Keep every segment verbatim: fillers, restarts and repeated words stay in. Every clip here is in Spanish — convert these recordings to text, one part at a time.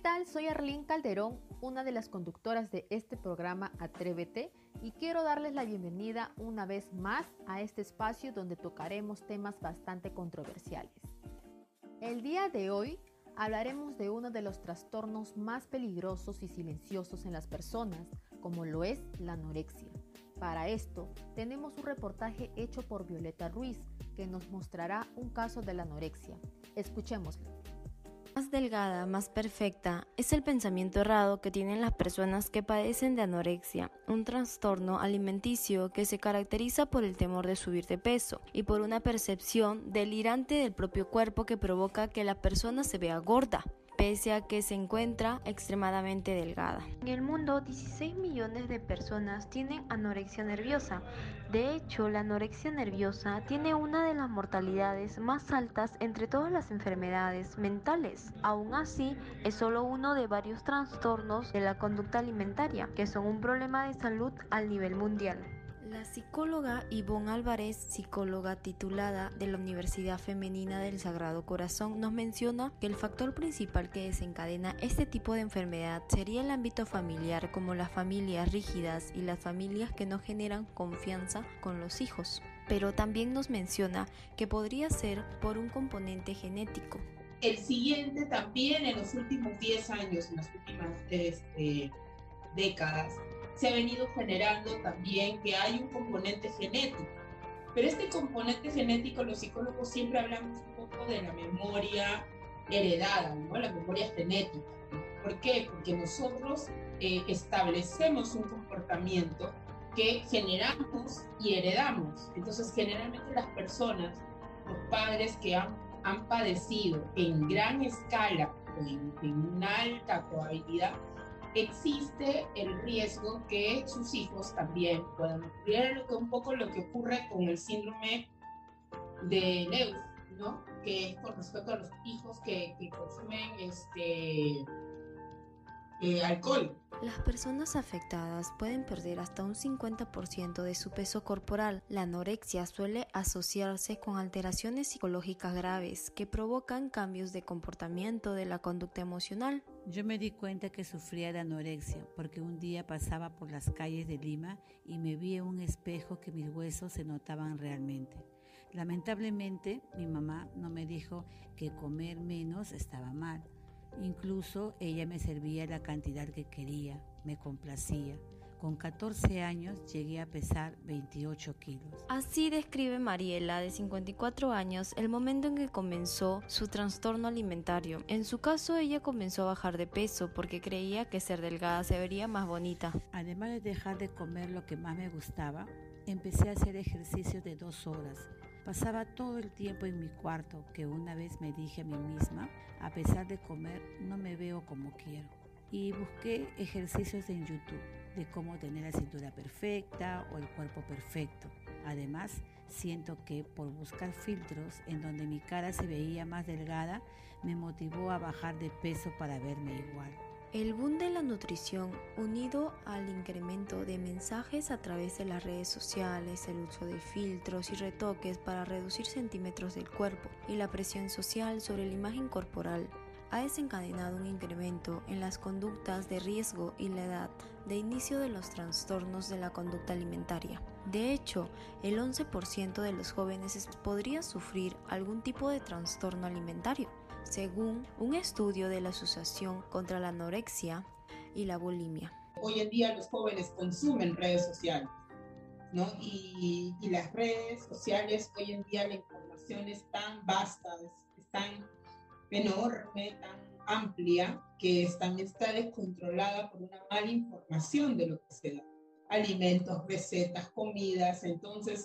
tal? Soy Arlene Calderón, una de las conductoras de este programa Atrévete, y quiero darles la bienvenida una vez más a este espacio donde tocaremos temas bastante controversiales. El día de hoy hablaremos de uno de los trastornos más peligrosos y silenciosos en las personas, como lo es la anorexia. Para esto, tenemos un reportaje hecho por Violeta Ruiz, que nos mostrará un caso de la anorexia. Escuchémoslo. Más delgada, más perfecta, es el pensamiento errado que tienen las personas que padecen de anorexia, un trastorno alimenticio que se caracteriza por el temor de subir de peso y por una percepción delirante del propio cuerpo que provoca que la persona se vea gorda, pese a que se encuentra extremadamente delgada. En el mundo, dieciséis millones de personas tienen anorexia nerviosa. De hecho, la anorexia nerviosa tiene una de las mortalidades más altas entre todas las enfermedades mentales. Aún así, es solo uno de varios trastornos de la conducta alimentaria, que son un problema de salud a nivel mundial. La psicóloga Ivonne Álvarez, psicóloga titulada de la Universidad Femenina del Sagrado Corazón, nos menciona que el factor principal que desencadena este tipo de enfermedad sería el ámbito familiar, como las familias rígidas y las familias que no generan confianza con los hijos. Pero también nos menciona que podría ser por un componente genético. El siguiente también en los últimos diez años, en las últimas este, décadas, se ha venido generando también que hay un componente genético. Pero este componente genético, los psicólogos siempre hablamos un poco de la memoria heredada, ¿no? La memoria genética. ¿Por qué? Porque nosotros eh, establecemos un comportamiento que generamos y heredamos. Entonces, generalmente las personas, los padres que han, han padecido en gran escala o en, en una alta probabilidad, existe el riesgo que sus hijos también puedan ocurrir, un poco lo que ocurre con el síndrome de Lewis, ¿no? Que es con respecto a los hijos que, que consumen este, eh, alcohol. Las personas afectadas pueden perder hasta un cincuenta por ciento de su peso corporal. La anorexia suele asociarse con alteraciones psicológicas graves que provocan cambios de comportamiento de la conducta emocional. Yo me di cuenta que sufría de anorexia porque un día pasaba por las calles de Lima y me vi en un espejo que mis huesos se notaban realmente. Lamentablemente, mi mamá no me dijo que comer menos estaba mal. Incluso ella me servía la cantidad que quería, me complacía. Con catorce años llegué a pesar veintiocho kilos. Así describe Mariela, de cincuenta y cuatro años, el momento en que comenzó su trastorno alimentario. En su caso, ella comenzó a bajar de peso porque creía que ser delgada se vería más bonita. Además de dejar de comer lo que más me gustaba, empecé a hacer ejercicios de dos horas. Pasaba todo el tiempo en mi cuarto, que una vez me dije a mí misma, a pesar de comer, no me veo como quiero. Y busqué ejercicios en YouTube de cómo tener la cintura perfecta o el cuerpo perfecto. Además, siento que por buscar filtros en donde mi cara se veía más delgada, me motivó a bajar de peso para verme igual. El boom de la nutrición, unido al incremento de mensajes a través de las redes sociales, el uso de filtros y retoques para reducir centímetros del cuerpo y la presión social sobre la imagen corporal, ha desencadenado un incremento en las conductas de riesgo y la edad de inicio de los trastornos de la conducta alimentaria. De hecho, el once por ciento de los jóvenes podría sufrir algún tipo de trastorno alimentario, según un estudio de la Asociación contra la Anorexia y la Bulimia. Hoy en día los jóvenes consumen redes sociales, ¿no? Y, y las redes sociales, hoy en día la información es tan vasta, es, es tan enorme, tan amplia, que también está descontrolada por una mala información de lo que se da. Alimentos, recetas, comidas, entonces,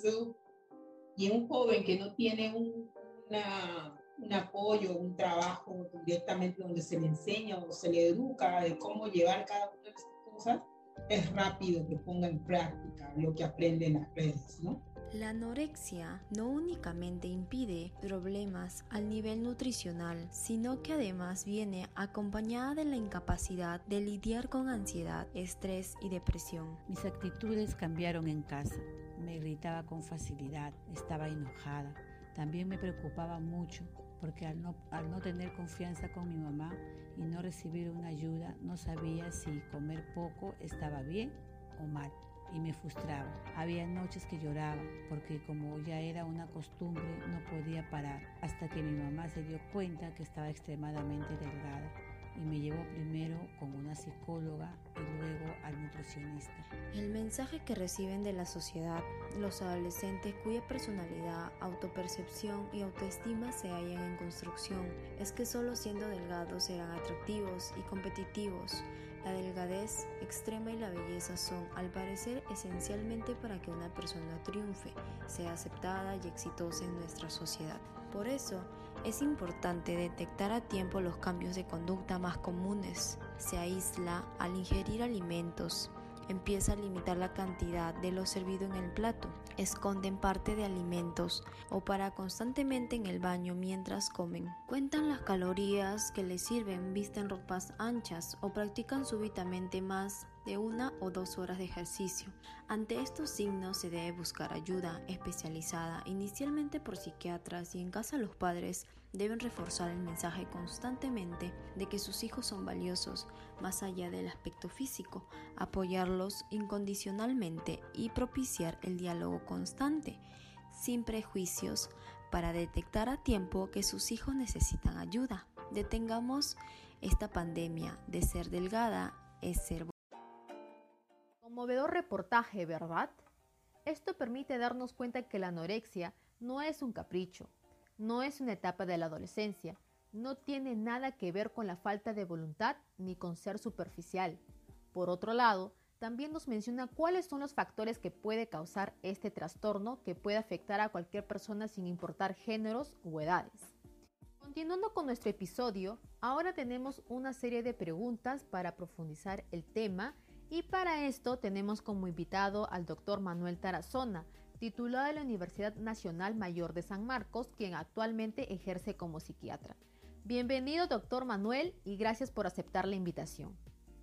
y un joven que no tiene un, una, un apoyo, un trabajo directamente donde se le enseña o se le educa de cómo llevar cada una de estas cosas, es rápido que ponga en práctica lo que aprende en las redes, ¿no? La anorexia no únicamente impide problemas al nivel nutricional, sino que además viene acompañada de la incapacidad de lidiar con ansiedad, estrés y depresión. Mis actitudes cambiaron en casa. Me irritaba con facilidad, estaba enojada. También me preocupaba mucho porque al no, al no tener confianza con mi mamá y no recibir una ayuda, no sabía si comer poco estaba bien o mal y me frustraba. Había noches que lloraba porque como ya era una costumbre no podía parar, hasta que mi mamá se dio cuenta que estaba extremadamente delgada y me llevó primero con una psicóloga y luego al nutricionista. El mensaje que reciben de la sociedad los adolescentes cuya personalidad, autopercepción y autoestima se hallan en construcción es que solo siendo delgados serán atractivos y competitivos. La delgadez extrema y la belleza son, al parecer, esencialmente para que una persona triunfe, sea aceptada y exitosa en nuestra sociedad. Por eso, es importante detectar a tiempo los cambios de conducta más comunes. Se aísla al ingerir alimentos, empieza a limitar la cantidad de lo servido en el plato, esconden parte de alimentos o para constantemente en el baño mientras comen. Cuentan las calorías que les sirven, visten ropas anchas o practican súbitamente más de una o dos horas de ejercicio. Ante estos signos se debe buscar ayuda especializada, inicialmente por psiquiatras, y en casa los padres deben reforzar el mensaje constantemente de que sus hijos son valiosos, más allá del aspecto físico, apoyarlos incondicionalmente y propiciar el diálogo constante, sin prejuicios, para detectar a tiempo que sus hijos necesitan ayuda. Detengamos esta pandemia. De ser delgada es ser. Conmovedor reportaje, ¿verdad? Esto permite darnos cuenta que la anorexia no es un capricho, no es una etapa de la adolescencia, no tiene nada que ver con la falta de voluntad ni con ser superficial. Por otro lado, también nos menciona cuáles son los factores que puede causar este trastorno que puede afectar a cualquier persona sin importar géneros o edades. Continuando con nuestro episodio, ahora tenemos una serie de preguntas para profundizar el tema. Y para esto tenemos como invitado al doctor Manuel Tarazona, titulado de la Universidad Nacional Mayor de San Marcos, quien actualmente ejerce como psiquiatra. Bienvenido, doctor Manuel, y gracias por aceptar la invitación.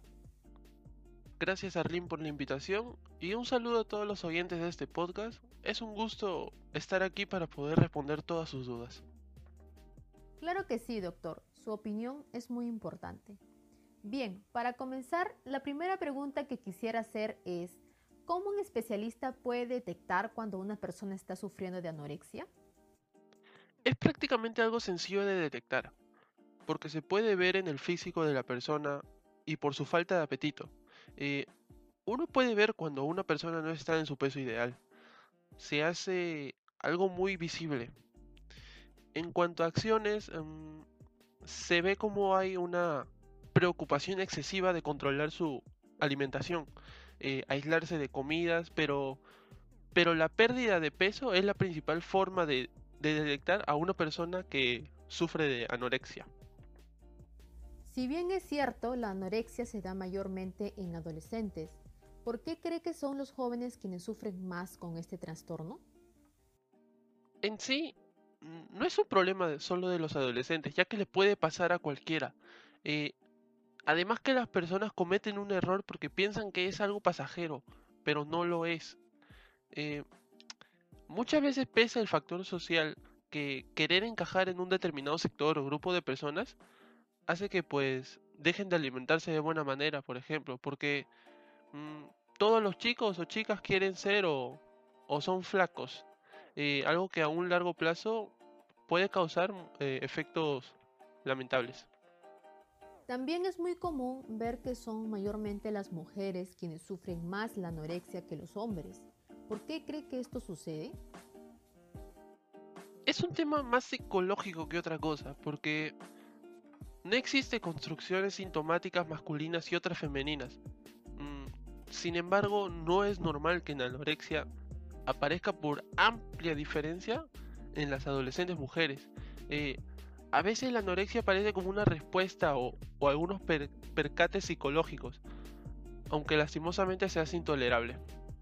Gracias, Arlene, por la invitación y un saludo a todos los oyentes de este podcast. Es un gusto estar aquí para poder responder todas sus dudas. Claro que sí, doctor. Su opinión es muy importante. Bien, para comenzar, la primera pregunta que quisiera hacer es, ¿cómo un especialista puede detectar cuando una persona está sufriendo de anorexia? Es prácticamente algo sencillo de detectar, porque se puede ver en el físico de la persona y por su falta de apetito. Eh, uno puede ver cuando una persona no está en su peso ideal. Se hace algo muy visible. En cuanto a acciones, um, se ve como hay una preocupación excesiva de controlar su alimentación, eh, aislarse de comidas, pero, pero la pérdida de peso es la principal forma de, de detectar a una persona que sufre de anorexia. Si bien es cierto, la anorexia se da mayormente en adolescentes, ¿por qué cree que son los jóvenes quienes sufren más con este trastorno? En sí, no es un problema de- solo de los adolescentes, ya que le puede pasar a cualquiera. Eh, Además que las personas cometen un error porque piensan que es algo pasajero, pero no lo es. Eh, Muchas veces pesa el factor social que querer encajar en un determinado sector o grupo de personas hace que pues dejen de alimentarse de buena manera, por ejemplo, porque mm, todos los chicos o chicas quieren ser o, o son flacos, eh, algo que a un largo plazo puede causar eh, efectos lamentables. También es muy común ver que son mayormente las mujeres quienes sufren más la anorexia que los hombres. ¿Por qué cree que esto sucede? Es un tema más psicológico que otra cosa, porque no existe construcciones sintomáticas masculinas y otras femeninas. Mm, Sin embargo, no es normal que en anorexia aparezca por amplia diferencia en las adolescentes mujeres. Eh, a veces la anorexia aparece como una respuesta o, o algunos per- percates psicológicos, aunque lastimosamente se hace intolerable.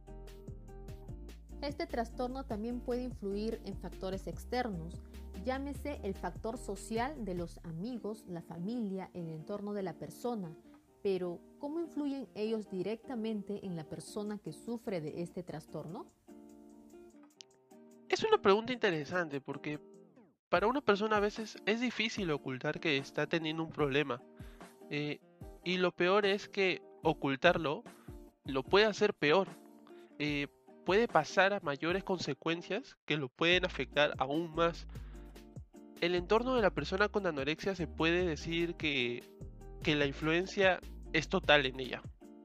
Este trastorno también puede influir en factores externos, llámese el factor social de los amigos, la familia, el entorno de la persona. Pero, ¿cómo influyen ellos directamente en la persona que sufre de este trastorno? Es una pregunta interesante porque para una persona a veces es difícil ocultar que está teniendo un problema. Eh, y lo peor es que ocultarlo lo puede hacer peor. Eh, puede pasar a mayores consecuencias que lo pueden afectar aún más. El entorno de la persona con anorexia se puede decir que, que la influencia es total en ella.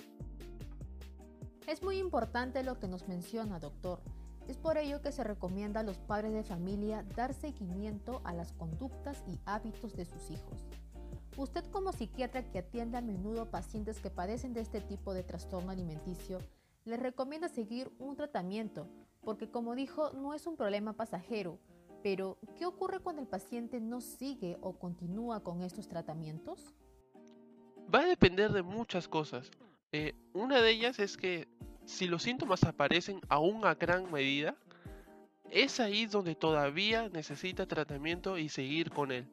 Es muy importante lo que nos menciona, doctor. Es por ello que se recomienda a los padres de familia dar seguimiento a las conductas y hábitos de sus hijos. Usted, como psiquiatra que atiende a menudo pacientes que padecen de este tipo de trastorno alimenticio, les recomienda seguir un tratamiento, porque como dijo, no es un problema pasajero. Pero, ¿qué ocurre cuando el paciente no sigue o continúa con estos tratamientos? Va a depender de muchas cosas. Eh, una de ellas es que si los síntomas aparecen aún a gran medida, es ahí donde todavía necesita tratamiento y seguir con él.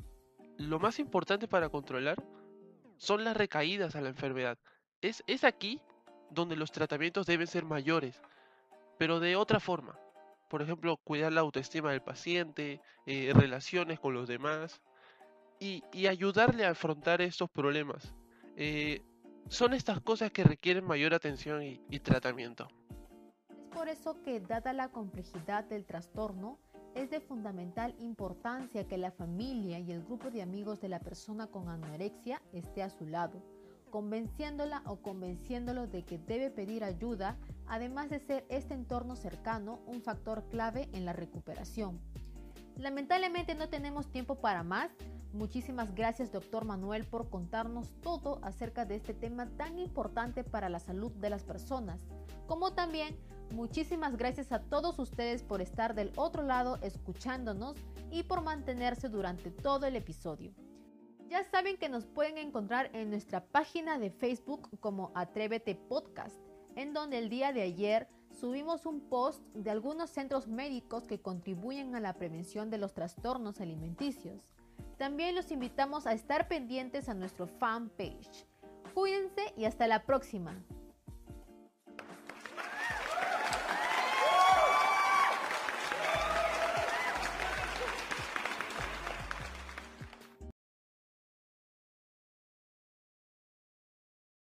Lo más importante para controlar son las recaídas a la enfermedad. Es, es aquí donde los tratamientos deben ser mayores, pero de otra forma. Por ejemplo, cuidar la autoestima del paciente, eh, relaciones con los demás y, y ayudarle a afrontar estos problemas. Eh, son estas cosas que requieren mayor atención y, y tratamiento. Es por eso que, dada la complejidad del trastorno, es de fundamental importancia que la familia y el grupo de amigos de la persona con anorexia esté a su lado, convenciéndola o convenciéndolo de que debe pedir ayuda, además de ser este entorno cercano un factor clave en la recuperación. Lamentablemente no tenemos tiempo para más. Muchísimas gracias, doctor Manuel, por contarnos todo acerca de este tema tan importante para la salud de las personas, como también muchísimas gracias a todos ustedes por estar del otro lado escuchándonos y por mantenerse durante todo el episodio. Ya saben que nos pueden encontrar en nuestra página de Facebook como Atrévete Podcast, en donde el día de ayer subimos un post de algunos centros médicos que contribuyen a la prevención de los trastornos alimenticios. También los invitamos a estar pendientes a nuestro fanpage. Cuídense y hasta la próxima.